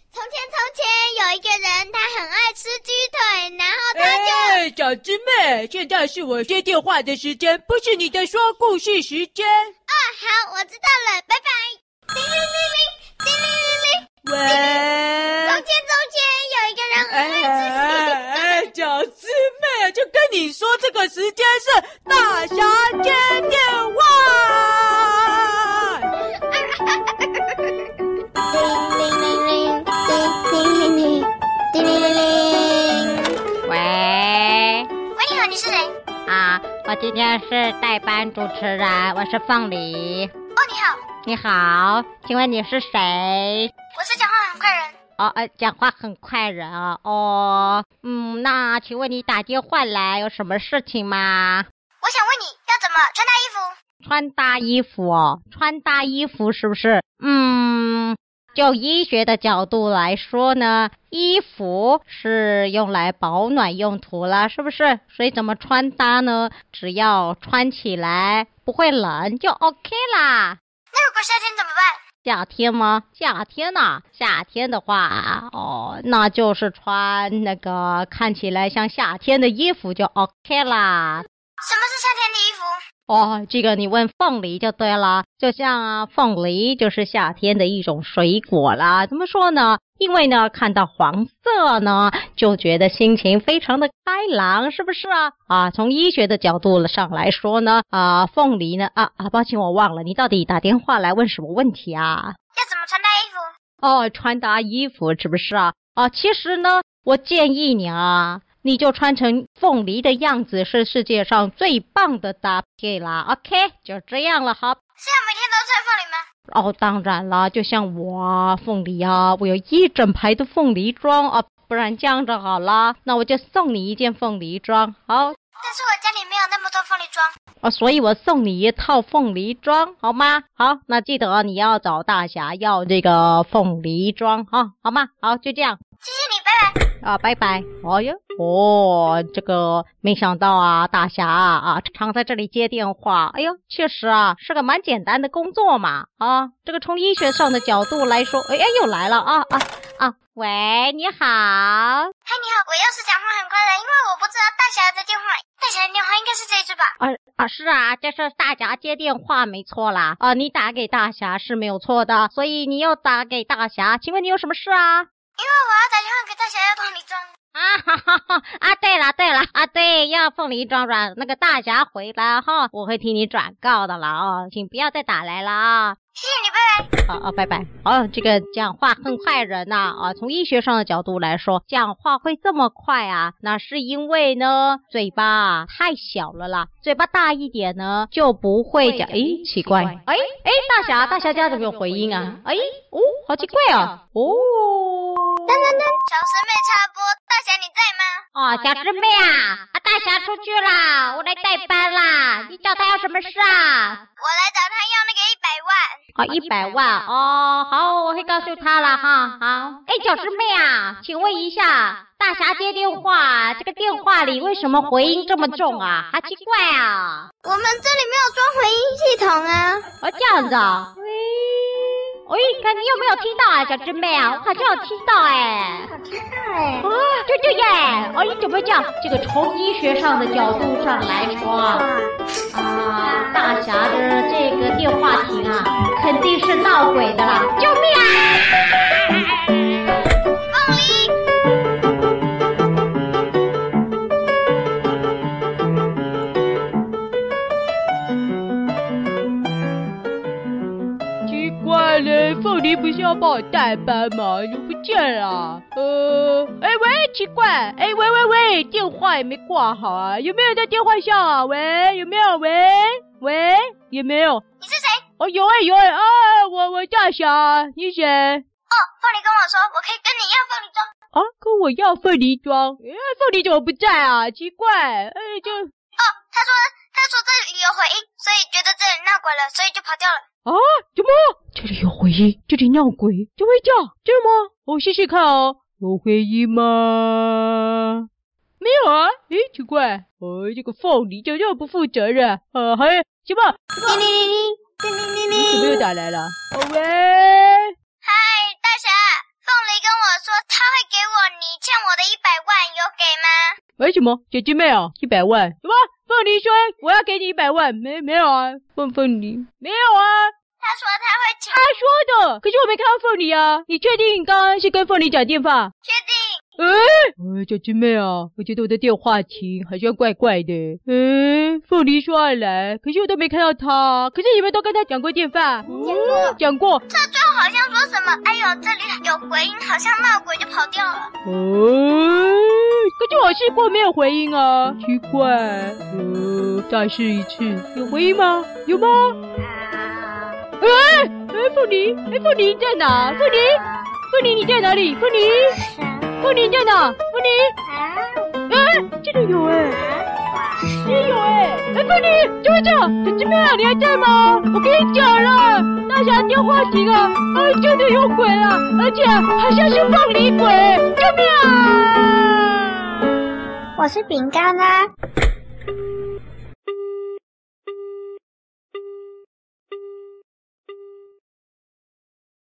从前有一个人，他很爱吃鸡腿，然后他就…… 小师妹，现在是我接电话的时间，不是你的说故事时间。 好，我知道了，拜拜。叮铃铃铃，叮铃铃铃。 喂。 从前有一个人很爱吃鸡腿。 小师妹，就跟你说，这个时间是大侠接电话。 叮铃铃铃，叮铃铃铃，叮铃铃铃。 喂， 你好，你是谁？ 我今天是代班主持人，我是凤梨。 你好。 你好，请问你是谁？ 我是讲话很快人。 讲话很快人啊。那请问你打电话来有什么事情吗？ 我想问你要怎么穿搭衣服？ 穿搭衣服穿搭衣服是不是？就医学的角度来说呢，衣服是用来保暖用途了，是不是？所以怎么穿搭呢？只要穿起来不会冷就 OK 啦。 那如果夏天怎么办？ 夏天吗？夏天的话那就是穿那个看起来像夏天的衣服就 OK 啦。 什么是夏天的衣服？ 这个你问凤梨就对了，就像凤梨就是夏天的一种水果啦。怎么说呢？因为呢看到黄色呢就觉得心情非常的开朗，是不是啊？从医学的角度上来说呢凤梨呢抱歉我忘了，你到底打电话来问什么问题啊？ 要怎么穿搭衣服？ 穿搭衣服是不是其实呢我建议你就穿成凤梨的样子，是世界上最棒的搭配啦。 OK， 就这样了。好， 是要每天都穿凤梨吗？ 当然啦，就像我凤梨我有一整排的凤梨装不然这样着好啦，那我就送你一件凤梨装。好， 但是我家里没有那么多凤梨装所以我送你一套凤梨装好吗？好，那记得你要找大侠要这个凤梨装好吗？好，就这样， 谢谢你，拜拜。 拜拜。这个没想到大侠常在这里接电话。确实是个蛮简单的工作嘛这个从医学上的角度来说，又来了喂，你好。 嗨，你好，我又是讲话很快人，因为我不知道大侠的电话，大侠的电话应该是这一支吧？ 是这是大侠接电话没错啦你打给大侠是没有错的，所以你又打给大侠，请问你有什么事因为我要打电话给大侠要凤梨装对，要凤梨装那个大侠回来我会替你转告的了请不要再打来了谢谢你，拜拜。 拜拜。这个讲话很快人从医学上的角度来说，讲话会这么快那是因为呢嘴巴太小了啦，嘴巴大一点呢就不会讲奇怪大侠家怎么有回音好奇怪小师妹插播，大侠你在吗？ 小师妹大侠出去啦，我来代班啦，你找他有什么事我来找他要那个100万。 100万好，我会告诉他了好。小师妹请问一下，大侠接电话，这个电话里为什么回音这么重好奇怪我们这里没有装回音系统这样子看你有没有听到小师妹我好像有听到对耶你怎么讲？这个从医学上的角度上来说大侠的这个电话亭肯定是闹鬼的啦！救命凤梨奇怪了，凤梨不是要帮我代班吗？怎么不见了喂，奇怪喂，电话也没挂好有没有在电话上喂，有没有喂，也没有。 你是谁？ 有我大侠，你谁？ 凤梨跟我说我可以跟你要凤梨装跟我要凤梨装凤梨怎么不在奇怪他说这里有回音，所以觉得这里闹鬼了，所以就跑掉了怎么这里有回音，这里闹鬼就会叫，真的吗？我试试看有回音吗？没有奇怪这个凤梨就这么不负责任还有什么叮铃铃铃， 你怎么又打来了喂， 嗨，大侠，凤梨跟我为什么？小师妹啊，100万？什么？凤梨说我要给你100万，没有啊？凤梨没有啊？ 他说他会请。 他说的，可是我没看到凤梨啊。你确定你刚刚是跟凤梨讲电话？ 确定。 小师妹啊，我觉得我的电话亭好像怪怪的。凤梨说要来，可是我都没看到他。可是你们都跟他讲过电话？讲过。 这最后好像说什么？哎呦，这里有回音，好像闹鬼就跑掉了。 可是我试过没有回音啊，奇怪。再试一次，有回音吗？有吗？凤梨在哪？凤梨你在哪里？凤梨你在哪？凤梨，真的有也有凤梨怎么这样？小师妹啊，你还在吗？我跟你讲了，大侠电话亭啊，真的有鬼啊，而且好像是凤梨鬼，救命啊！ 我是饼干啊。